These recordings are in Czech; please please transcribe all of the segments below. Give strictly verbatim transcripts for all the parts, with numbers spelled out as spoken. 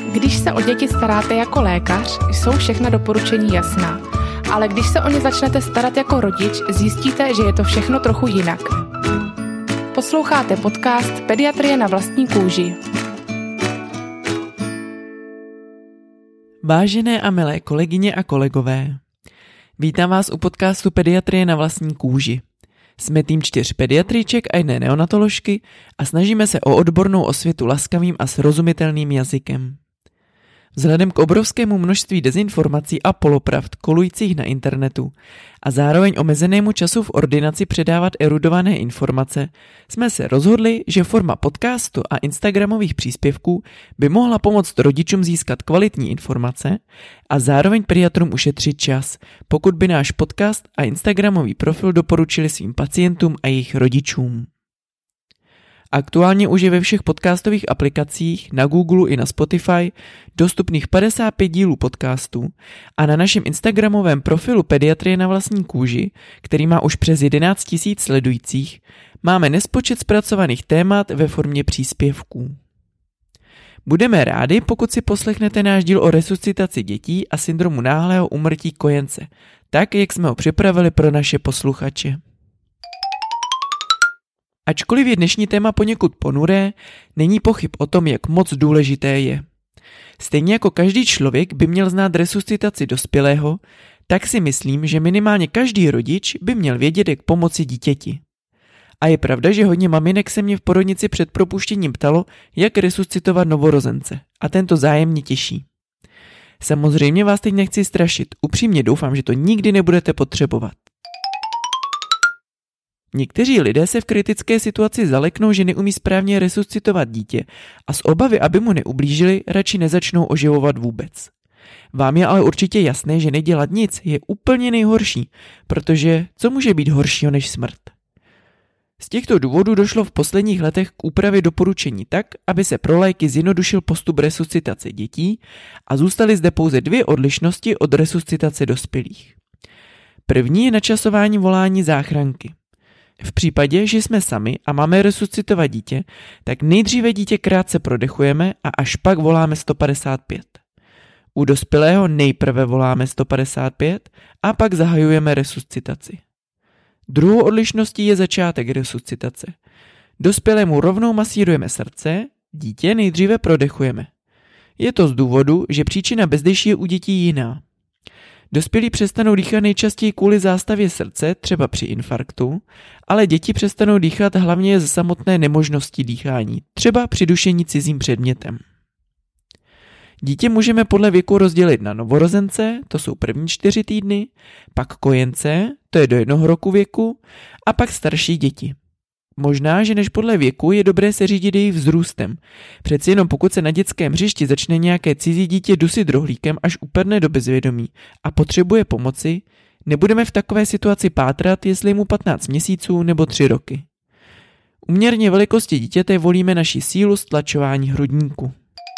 Když se o děti staráte jako lékař, jsou všechna doporučení jasná. Ale když se o ně začnete starat jako rodič, zjistíte, že je to všechno trochu jinak. Posloucháte podcast Pediatrie na vlastní kůži. Vážené a milé kolegyně a kolegové, vítám vás u podcastu Pediatrie na vlastní kůži. Jsme tým čtyř pediatriček a jedné neonatoložky a snažíme se o odbornou osvětu laskavým a srozumitelným jazykem. Vzhledem k obrovskému množství dezinformací a polopravd kolujících na internetu a zároveň omezenému času v ordinaci předávat erudované informace, jsme se rozhodli, že forma podcastu a instagramových příspěvků by mohla pomoct rodičům získat kvalitní informace a zároveň pediatrům ušetřit čas, pokud by náš podcast a instagramový profil doporučili svým pacientům a jejich rodičům. Aktuálně už je ve všech podcastových aplikacích, na Google i na Spotify dostupných padesát pět dílů podcastů a na našem instagramovém profilu Pediatrie na vlastní kůži, který má už přes jedenáct tisíc sledujících, máme nespočet zpracovaných témat ve formě příspěvků. Budeme rádi, pokud si poslechnete náš díl o resuscitaci dětí a syndromu náhlého úmrtí kojence, tak jak jsme ho připravili pro naše posluchače. Ačkoliv je dnešní téma poněkud ponuré, není pochyb o tom, jak moc důležité je. Stejně jako každý člověk by měl znát resuscitaci dospělého, tak si myslím, že minimálně každý rodič by měl vědět, jak pomoci dítěti. A je pravda, že hodně maminek se mě v porodnici před propuštěním ptalo, jak resuscitovat novorozence, a tento zájem mě těší. Samozřejmě vás teď nechci strašit, upřímně doufám, že to nikdy nebudete potřebovat. Někteří lidé se v kritické situaci zaleknou, že neumí správně resuscitovat dítě a z obavy, aby mu neublížili, radši nezačnou oživovat vůbec. Vám je ale určitě jasné, že nedělat nic je úplně nejhorší, protože co může být horšího než smrt? Z těchto důvodů došlo v posledních letech k úpravě doporučení tak, aby se pro laiky zjednodušil postup resuscitace dětí a zůstaly zde pouze dvě odlišnosti od resuscitace dospělých. První je načasování volání záchranky. V případě, že jsme sami a máme resuscitovat dítě, tak nejdříve dítě krátce prodechujeme a až pak voláme sto padesát pět. U dospělého nejprve voláme sto padesát pět a pak zahajujeme resuscitaci. Druhou odlišností je začátek resuscitace. Dospělému rovnou masírujeme srdce, dítě nejdříve prodechujeme. Je to z důvodu, že příčina bezdeší je u dětí jiná. Dospělí přestanou dýchat nejčastěji kvůli zástavě srdce, třeba při infarktu, ale děti přestanou dýchat hlavně ze samotné nemožnosti dýchání, třeba při dušení cizím předmětem. Dítě můžeme podle věku rozdělit na novorozence, to jsou první čtyři týdny, pak kojence, to je do jednoho roku věku, a pak starší děti. Možná, že než podle věku je dobré se řídit jejich vzrůstem. Přeci jenom pokud se na dětském hřišti začne nějaké cizí dítě dusit rohlíkem, až upadne do bezvědomí a potřebuje pomoci, nebudeme v takové situaci pátrat, jestli je mu patnáct měsíců nebo tři roky. Uměrně velikosti dítěte volíme naši sílu stlačování hrudníku.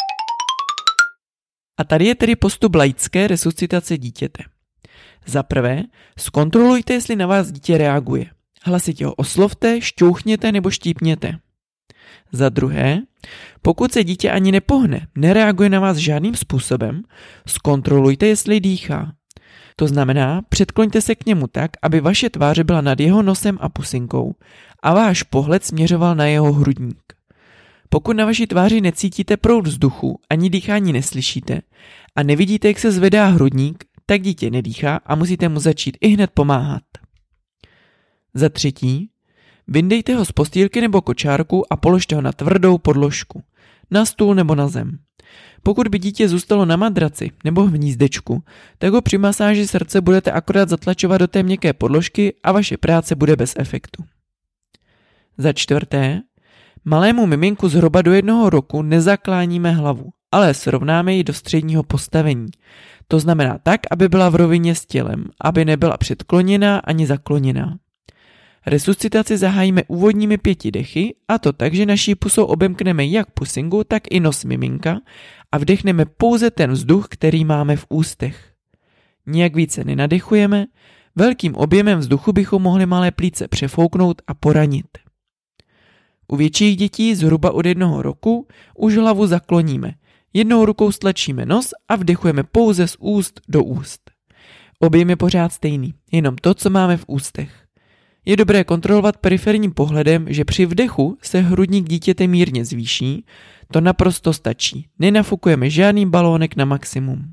A tady je tedy postup laické resuscitace dítěte. Za prvé, zkontrolujte, jestli na vás dítě reaguje. Hlasitě ho oslovte, šťouchněte nebo štípněte. Za druhé, pokud se dítě ani nepohne, nereaguje na vás žádným způsobem, zkontrolujte, jestli dýchá. To znamená, předkloňte se k němu tak, aby vaše tváře byla nad jeho nosem a pusinkou a váš pohled směřoval na jeho hrudník. Pokud na vaší tváři necítíte proud vzduchu, ani dýchání neslyšíte a nevidíte, jak se zvedá hrudník, tak dítě nedýchá a musíte mu začít ihned pomáhat. Za třetí, vyndejte ho z postýlky nebo kočárku a položte ho na tvrdou podložku, na stůl nebo na zem. Pokud by dítě zůstalo na madraci nebo v hnízdečku, tak ho při masáži srdce budete akorát zatlačovat do té měkké podložky a vaše práce bude bez efektu. Za čtvrté, malému miminku zhruba do jednoho roku nezakláníme hlavu, ale srovnáme ji do středního postavení. To znamená tak, aby byla v rovině s tělem, aby nebyla předkloněná ani zakloněná. Resuscitaci zahájíme úvodními pěti dechy, a to tak, že naší pusou obemkneme jak pusinku, tak i nos miminka a vdechneme pouze ten vzduch, který máme v ústech. Nijak více nenadechujeme, velkým objemem vzduchu bychom mohli malé plíce přefouknout a poranit. U větších dětí zhruba od jednoho roku už hlavu zakloníme, Jednou rukou stlačíme nos a vdechujeme pouze z úst do úst. Objem je pořád stejný, jenom to, co máme v ústech. Je dobré kontrolovat periferním pohledem, že při vdechu se hrudník dítěte mírně zvýší, to naprosto stačí. Nenafukujeme žádný balónek na maximum.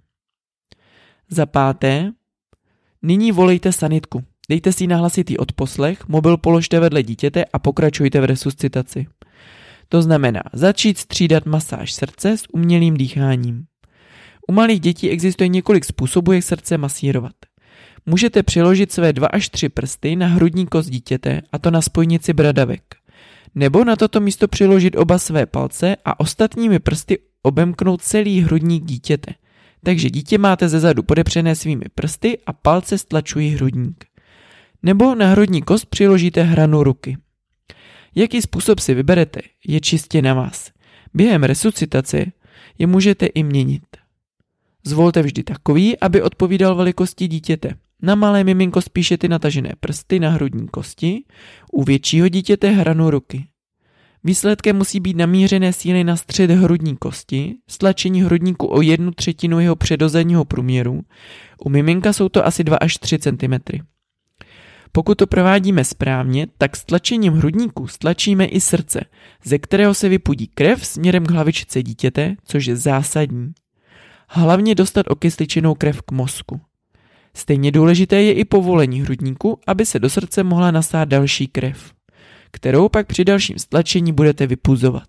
Za páté, nyní volejte sanitku. Dejte si na hlasitý odposlech, mobil položte vedle dítěte a pokračujte v resuscitaci. To znamená začít střídat masáž srdce s umělým dýcháním. U malých dětí existuje několik způsobů, jak srdce masírovat. Můžete přiložit své dva až tři prsty na hrudní kost dítěte, a to na spojnici bradavek. Nebo na toto místo přiložit oba své palce a ostatními prsty obemknout celý hrudník dítěte. Takže dítě máte zezadu podepřené svými prsty a palce stlačují hrudník. Nebo na hrudní kost přiložíte hranu ruky. Jaký způsob si vyberete, je čistě na vás. Během resuscitace je můžete i měnit. Zvolte vždy takový, aby odpovídal velikosti dítěte. Na malé miminko spíše ty natažené prsty na hrudní kosti, u většího dítěte hranu ruky. Výsledkem musí být namířené síly na střed hrudní kosti, stlačení hrudníku o jednu třetinu jeho předozadního průměru, u miminka jsou to asi dva až tři centimetry. Pokud to provádíme správně, tak stlačením hrudníku stlačíme i srdce, ze kterého se vypudí krev směrem k hlavičce dítěte, což je zásadní. Hlavně dostat okysličenou krev k mozku. Stejně důležité je i povolení hrudníku, aby se do srdce mohla nasát další krev, kterou pak při dalším stlačení budete vypuzovat.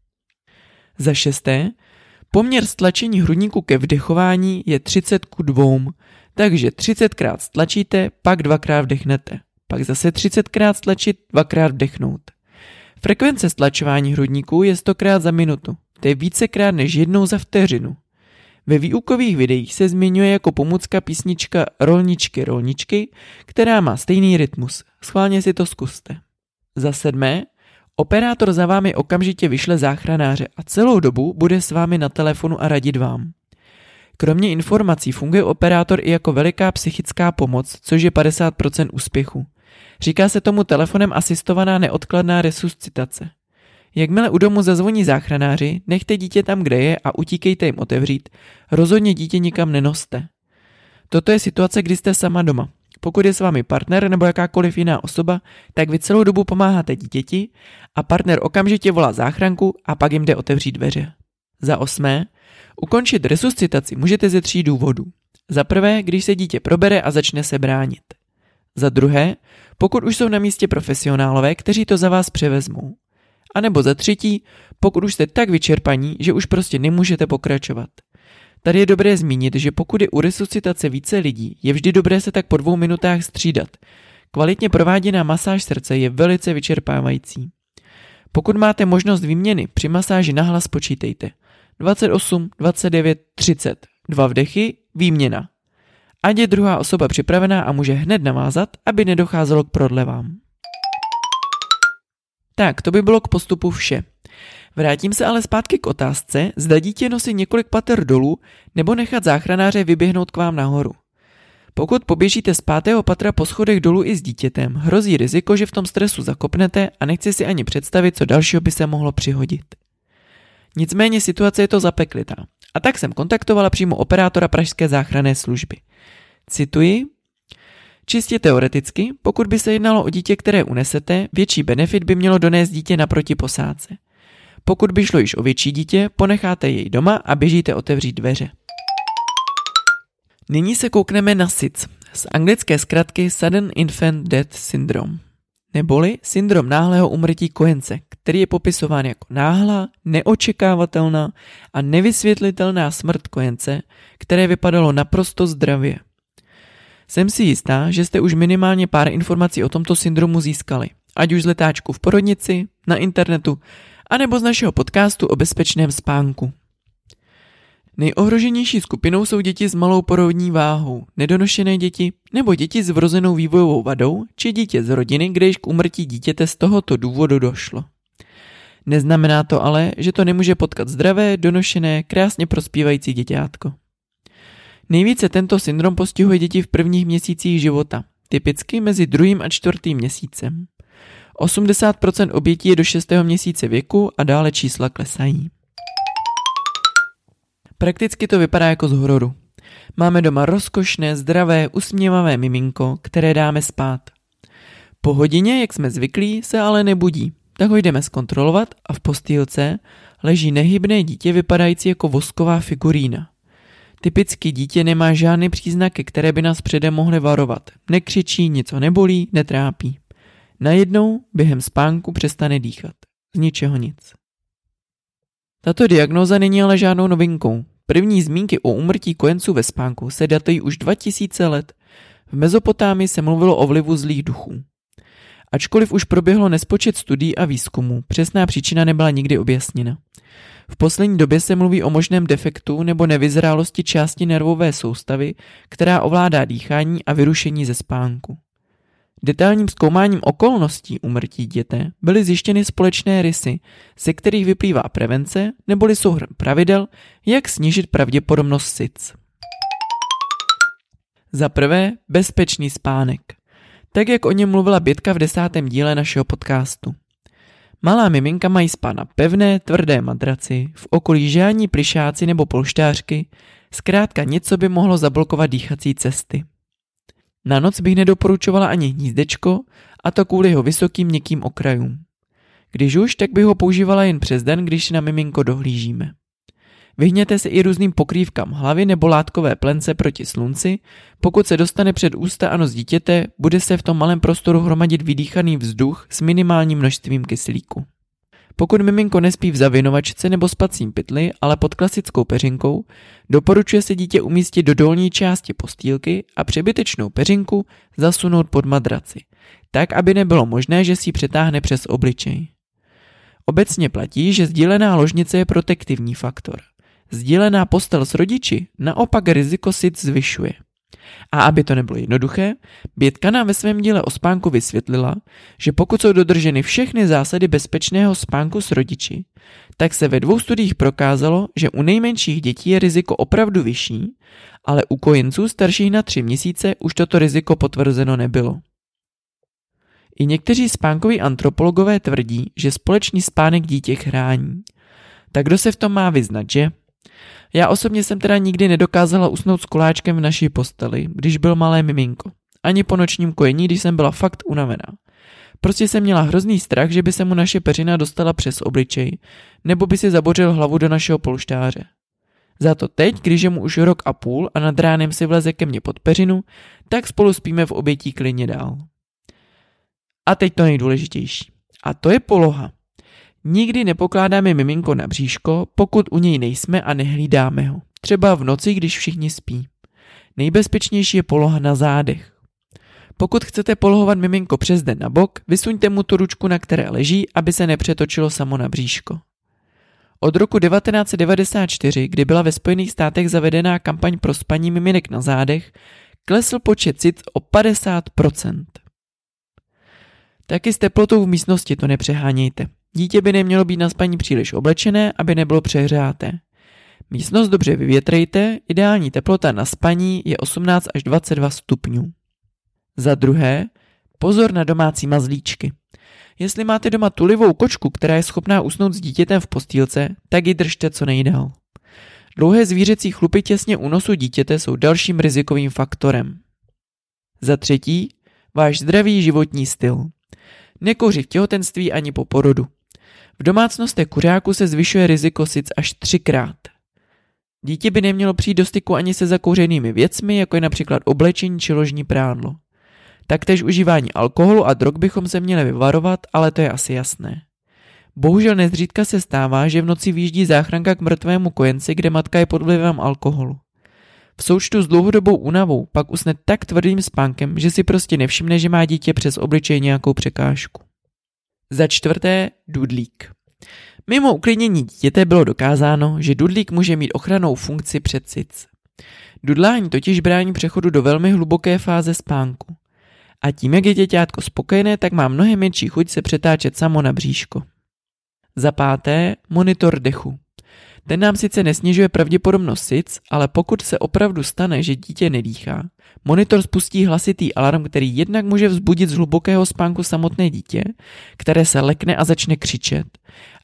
Za šesté, poměr stlačení hrudníku ke vdechování je třicet ku dvěma, takže třicetkrát stlačíte, pak dvakrát vdechnete, pak zase třicetkrát stlačit, dvakrát vdechnout. Frekvence stlačování hrudníku je stokrát za minutu, to je vícekrát než jednou za vteřinu. Ve výukových videích se zmiňuje jako pomůcka písnička Rolničky, rolničky, která má stejný rytmus. Schválně si to zkuste. Za sedmé, operátor za vámi okamžitě vyšle záchranáře a celou dobu bude s vámi na telefonu a radit vám. Kromě informací funguje operátor i jako veliká psychická pomoc, což je padesát procent úspěchu. Říká se tomu telefonem asistovaná neodkladná resuscitace. Jakmile u domu zazvoní záchranáři, nechte dítě tam, kde je a utíkejte jim otevřít. Rozhodně dítě nikam nenoste. Toto je situace, kdy jste sama doma. Pokud je s vámi partner nebo jakákoliv jiná osoba, tak vy celou dobu pomáháte dítěti a partner okamžitě volá záchranku a pak jim jde otevřít dveře. Za osmé, ukončit resuscitaci můžete ze tří důvodů. Za prvé, když se dítě probere a začne se bránit. Za druhé, pokud už jsou na místě profesionálové, kteří to za vás převezmou. A nebo za třetí, pokud už jste tak vyčerpaní, že už prostě nemůžete pokračovat. Tady je dobré zmínit, že pokud je u resuscitace více lidí, je vždy dobré se tak po dvou minutách střídat. Kvalitně prováděná masáž srdce je velice vyčerpávající. Pokud máte možnost výměny, při masáži nahlas počítejte. dvacet osm, dvacet devět, třicet. Dva vdechy, výměna. Ať je druhá osoba připravená a může hned navázat, aby nedocházelo k prodlevám. Tak, to by bylo k postupu vše. Vrátím se ale zpátky k otázce, zda dítě nosí několik pater dolů nebo nechat záchranáře vyběhnout k vám nahoru. Pokud poběžíte z pátého patra po schodech dolů i s dítětem, hrozí riziko, že v tom stresu zakopnete a nechci si ani představit, co dalšího by se mohlo přihodit. Nicméně situace je to zapeklitá. A tak jsem kontaktovala přímo operátora pražské záchranné služby. Cituji: čistě teoreticky, pokud by se jednalo o dítě, které unesete, větší benefit by mělo donést dítě naproti posádce. Pokud by šlo již o větší dítě, ponecháte jej doma a běžíte otevřít dveře. Nyní se koukneme na S I D S, z anglické zkratky Sudden Infant Death Syndrome, neboli syndrom náhlého úmrtí kojence, který je popisován jako náhlá, neočekávatelná a nevysvětlitelná smrt kojence, které vypadalo naprosto zdravě. Jsem si jistá, že jste už minimálně pár informací o tomto syndromu získali, ať už z letáčku v porodnici, na internetu, anebo z našeho podcastu o bezpečném spánku. Nejohroženější skupinou jsou děti s malou porodní váhou, nedonošené děti nebo děti s vrozenou vývojovou vadou či dítě z rodiny, kde již k úmrtí dítěte z tohoto důvodu došlo. Neznamená to ale, že to nemůže potkat zdravé, donošené, krásně prospívající děťátko. Nejvíce tento syndrom postihuje děti v prvních měsících života, typicky mezi druhým a čtvrtým měsícem. osmdesát procent obětí je do šestého měsíce věku a dále čísla klesají. Prakticky to vypadá jako z hororu. Máme doma rozkošné, zdravé, usměvavé miminko, které dáme spát. Po hodině, jak jsme zvyklí, se ale nebudí, tak ho jdeme zkontrolovat a v postýlce leží nehybné dítě vypadající jako vosková figurína. Typicky dítě nemá žádný příznaky, které by nás předem mohly varovat. Nekřičí, nic ho nebolí, netrápí. Najednou během spánku přestane dýchat. Z ničeho nic. Tato diagnóza není ale žádnou novinkou. První zmínky o úmrtí kojenců ve spánku se datují už dva tisíce let. V Mezopotámii se mluvilo o vlivu zlých duchů. Ačkoliv už proběhlo nespočet studií a výzkumů, přesná příčina nebyla nikdy objasněna. V poslední době se mluví o možném defektu nebo nevyzrálosti části nervové soustavy, která ovládá dýchání a vyrušení ze spánku. Detailním zkoumáním okolností úmrtí dítěte byly zjištěny společné rysy, ze kterých vyplývá prevence neboli souhrn pravidel, jak snížit pravděpodobnost S I C. Za prvé, bezpečný spánek. Tak, jak o něm mluvila Bětka v desátém díle našeho podcastu. Malá miminka mají spát na pevné, tvrdé madraci, v okolí žádní plyšáci nebo polštářky, zkrátka něco by mohlo zablokovat dýchací cesty. Na noc bych nedoporučovala ani hnízdečko, a to kvůli jeho vysokým měkkým okrajům. Když už, tak bych ho používala jen přes den, když si na miminko dohlížíme. Vyhněte se i různým pokrývkám hlavy nebo látkové plence proti slunci, pokud se dostane před ústa a nos dítěte, bude se v tom malém prostoru hromadit vydýchaný vzduch s minimálním množstvím kyslíku. Pokud miminko nespí v zavinovačce nebo spacím pytli, ale pod klasickou peřinkou, doporučuje se dítě umístit do dolní části postýlky a přebytečnou peřinku zasunout pod madraci, tak aby nebylo možné, že si ji přetáhne přes obličej. Obecně platí, že sdílená ložnice je protektivní faktor. Sdílená postel s rodiči naopak riziko S I C zvyšuje. A aby to nebylo jednoduché, Bětka nám ve svém díle o spánku vysvětlila, že pokud jsou dodrženy všechny zásady bezpečného spánku s rodiči, tak se ve dvou studiích prokázalo, že u nejmenších dětí je riziko opravdu vyšší, ale u kojenců starších na tři měsíce už toto riziko potvrzeno nebylo. I někteří spánkoví antropologové tvrdí, že společný spánek dítě chrání. Tak kdo se v tom má vyznat, že? Já osobně jsem teda nikdy nedokázala usnout s koláčkem v naší posteli, když byl malé miminko. Ani po nočním kojení, když jsem byla fakt unavená. Prostě jsem měla hrozný strach, že by se mu naše peřina dostala přes obličej, nebo by si zabořil hlavu do našeho polštáře. Za to teď, když je mu už rok a půl a nad ránem si vleze ke mně pod peřinu, tak spolu spíme v obětí klidně dál. A teď to nejdůležitější. A to je poloha. Nikdy nepokládáme miminko na bříško, pokud u něj nejsme a nehlídáme ho. Třeba v noci, když všichni spí. Nejbezpečnější je poloha na zádech. Pokud chcete polohovat miminko přes den na bok, vysuňte mu tu ručku, na které leží, aby se nepřetočilo samo na bříško. Od roku devatenáct set devadesát čtyři, kdy byla ve Spojených státech zavedená kampaň pro spaní miminek na zádech, klesl počet S I C o padesát procent. Taky s teplotou v místnosti to nepřehánějte. Dítě by nemělo být na spaní příliš oblečené, aby nebylo přehřáté. Místnost dobře vyvětrejte, ideální teplota na spaní je osmnáct až dvacet dva stupňů. Za druhé, pozor na domácí mazlíčky. Jestli máte doma tulivou kočku, která je schopná usnout s dítětem v postýlce, tak ji držte co nejdál. Dlouhé zvířecí chlupy těsně u nosu dítěte jsou dalším rizikovým faktorem. Za třetí, váš zdravý životní styl. Nekouři v těhotenství ani po porodu. V domácnostech kuřáků se zvyšuje riziko S I C až třikrát. Dítě by nemělo přijít do styku ani se zakouřenými věcmi, jako je například oblečení či ložní prádlo. Taktéž užívání alkoholu a drog bychom se měli vyvarovat, ale to je asi jasné. Bohužel nezřídka se stává, že v noci vyjíždí záchranka k mrtvému kojenci, kde matka je pod vlivem alkoholu. V součtu s dlouhodobou únavou pak usne tak tvrdým spánkem, že si prostě nevšimne, že má dítě přes obličej nějakou překážku. Za čtvrté, dudlík. Mimo uklidnění dítěte bylo dokázáno, že dudlík může mít ochrannou funkci před S I C. Dudlání totiž brání přechodu do velmi hluboké fáze spánku. A tím, jak je děťátko spokojené, tak má mnohem menší chuť se přetáčet samo na bříško. Za páté, monitor dechu. Ten nám sice nesnižuje pravděpodobnost S I C, ale pokud se opravdu stane, že dítě nedýchá, monitor spustí hlasitý alarm, který jednak může vzbudit z hlubokého spánku samotné dítě, které se lekne a začne křičet,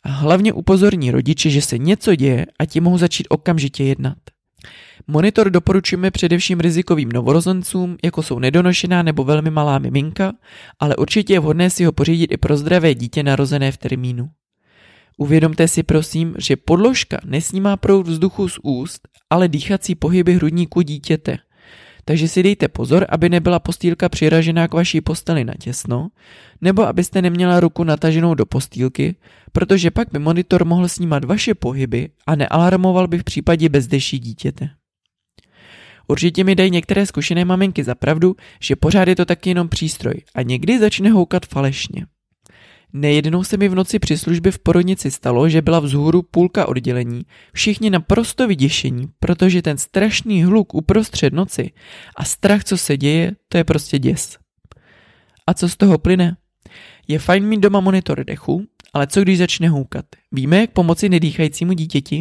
A hlavně upozorní rodiče, že se něco děje a ti mohou začít okamžitě jednat. Monitor doporučujeme především rizikovým novorozencům, jako jsou nedonošená nebo velmi malá miminka, ale určitě je vhodné si ho pořídit i pro zdravé dítě narozené v termínu. Uvědomte si prosím, že podložka nesnímá proud vzduchu z úst, ale dýchací pohyby hrudníku dítěte. Takže si dejte pozor, aby nebyla postýlka přiražená k vaší posteli natěsno, nebo abyste neměla ruku nataženou do postýlky, protože pak by monitor mohl snímat vaše pohyby a nealarmoval by v případě bezdeší dítěte. Určitě mi dají některé zkušené maminky za pravdu, že pořád je to taky jenom přístroj a někdy začne houkat falešně. Nejednou se mi v noci při službě v porodnici stalo, že byla vzhůru půlka oddělení, všichni naprosto vyděšení, protože ten strašný hluk uprostřed noci a strach, co se děje, to je prostě děs. A co z toho plyne? Je fajn mít doma monitor dechu, ale co když začne houkat? Víme, jak pomoci nedýchajícímu dítěti?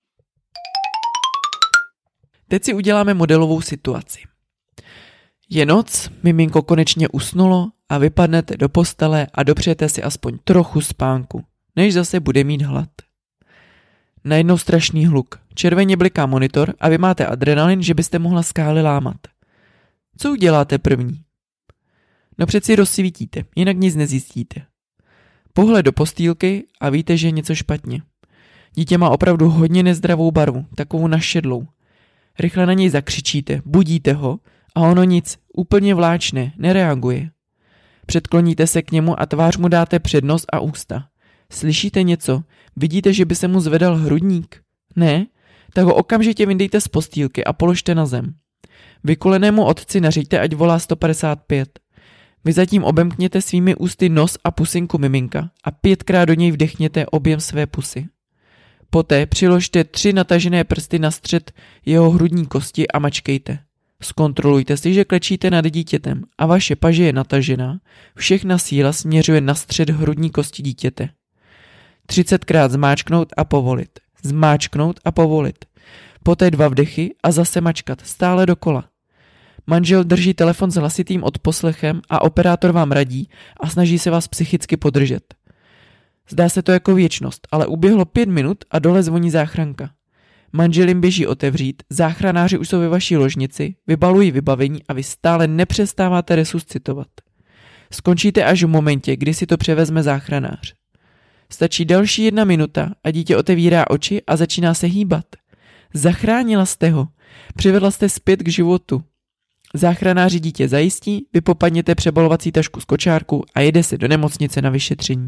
Teď si uděláme modelovou situaci. Je noc, miminko konečně usnulo a vypadnete do postele a dopřejete si aspoň trochu spánku, než zase bude mít hlad. Najednou strašný hluk, červeně bliká monitor a vy máte adrenalin, že byste mohla skály lámat. Co uděláte první? No přeci rozsvítíte, jinak nic nezjistíte. Pohled do postýlky a víte, že je něco špatně. Dítě má opravdu hodně nezdravou barvu, takovou našedlou. Rychle na něj zakřičíte, budíte ho a ono nic, úplně vláčné, nereaguje. Předkloníte se k němu a tvář mu dáte před nos a ústa. Slyšíte něco? Vidíte, že by se mu zvedal hrudník? Ne? Tak ho okamžitě vyndejte z postýlky a položte na zem. Vykulenému otci nařiďte, ať volá sto padesát pět. Vy zatím obemkněte svými ústy nos a pusinku miminka a pětkrát do něj vdechněte objem své pusy. Poté přiložte tři natažené prsty na střed jeho hrudní kosti a mačkejte. Zkontrolujte si, že klečíte nad dítětem a vaše paže je natažená, všechna síla směřuje na střed hrudní kosti dítěte. třicetkrát zmáčknout a povolit, zmáčknout a povolit. Poté dva vdechy a zase mačkat, stále dokola. Manžel drží telefon s hlasitým odposlechem a operátor vám radí a snaží se vás psychicky podržet. Zdá se to jako věčnost, ale uběhlo pět minut a dole zvoní záchranka. Manžel jim běží otevřít, záchranáři už jsou ve vaší ložnici, vybalují vybavení a vy stále nepřestáváte resuscitovat. Skončíte až v momentě, kdy si to převezme záchranář. Stačí další jedna minuta a dítě otevírá oči a začíná se hýbat. Zachránila jste ho, přivedla jste zpět k životu. Záchranáři dítě zajistí, vy popadněte přebalovací tašku z kočárku a jede se do nemocnice na vyšetření.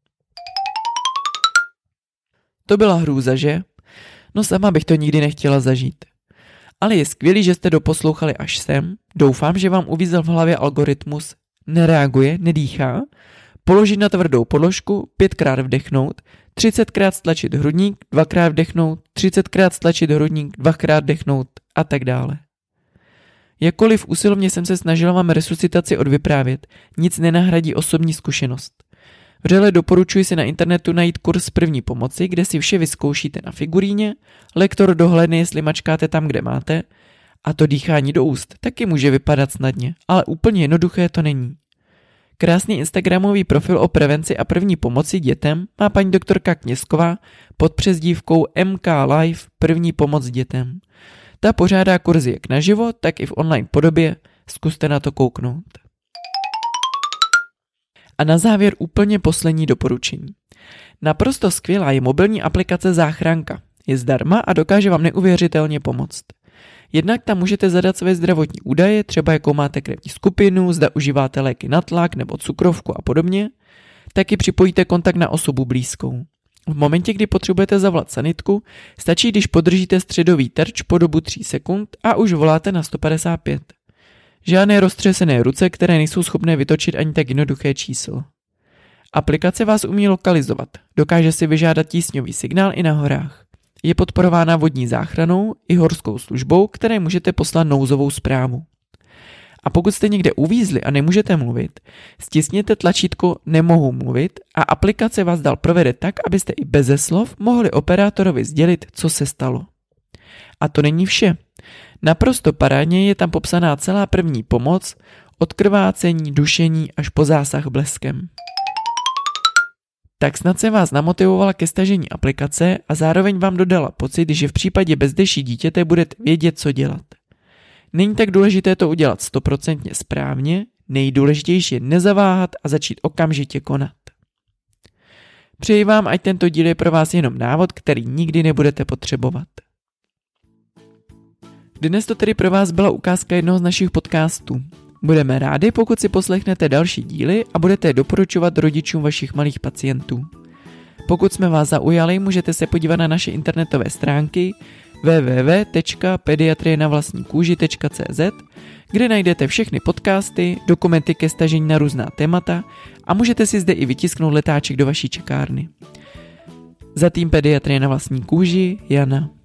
To byla hrůza, že? No sama bych to nikdy nechtěla zažít. Ale je skvělý, že jste doposlouchali až sem. Doufám, že vám uvízel v hlavě algoritmus nereaguje, nedýchá, položit na tvrdou podložku, pětkrát vdechnout, třicetkrát stlačit hrudník, dvakrát vdechnout, třicetkrát stlačit hrudník, dvakrát vdechnout a tak dále. Jakkoliv usilovně jsem se snažila vám resuscitaci odvyprávět, nic nenahradí osobní zkušenost. Vřele doporučuji si na internetu najít kurz první pomoci, kde si vše vyzkoušíte na figuríně, lektor dohlédne, jestli mačkáte tam, kde máte, a to dýchání do úst taky může vypadat snadně, ale úplně jednoduché to není. Krásný instagramový profil o prevenci a první pomoci dětem má paní doktorka Knězková pod přezdívkou M K Live první pomoc dětem. Ta pořádá kurzy jak naživo, tak i v online podobě, zkuste na to kouknout. A na závěr úplně poslední doporučení. Naprosto skvělá je mobilní aplikace Záchranka. Je zdarma a dokáže vám neuvěřitelně pomoct. Jednak tam můžete zadat své zdravotní údaje, třeba jakou máte krevní skupinu, zda užíváte léky na tlak nebo cukrovku a podobně. Taky připojíte kontakt na osobu blízkou. V momentě, kdy potřebujete zavolat sanitku, stačí, když podržíte středový terč po dobu tří sekund a už voláte na sto padesát pět. Žádné roztřesené ruce, které nejsou schopné vytočit ani tak jednoduché číslo. Aplikace vás umí lokalizovat, dokáže si vyžádat tísňový signál i na horách. Je podporována vodní záchranou i horskou službou, které můžete poslat nouzovou zprávu. A pokud jste někde uvízli a nemůžete mluvit, stisněte tlačítko Nemohu mluvit a aplikace vás dál provede tak, abyste i beze slov mohli operátorovi sdělit, co se stalo. A to není vše. Naprosto parádně je tam popsaná celá první pomoc, od krvácení, dušení až po zásah bleskem. tak snad se vás namotivovala ke stažení aplikace a zároveň vám dodala pocit, že v případě bezdeší dítěte budete vědět, co dělat. Není tak důležité to udělat stoprocentně správně, nejdůležitější je nezaváhat a začít okamžitě konat. Přeji vám, ať tento díl je pro vás jenom návod, který nikdy nebudete potřebovat. Dnes to tedy pro vás byla ukázka jednoho z našich podcastů. Budeme rádi, pokud si poslechnete další díly a budete je doporučovat rodičům vašich malých pacientů. Pokud jsme vás zaujali, můžete se podívat na naše internetové stránky w w w tečka pediatrie na vlastní kůži tečka c z, kde najdete všechny podcasty, dokumenty ke stažení na různá témata a můžete si zde i vytisknout letáček do vaší čekárny. Za tým Pediatrie na vlastní kůži, Jana.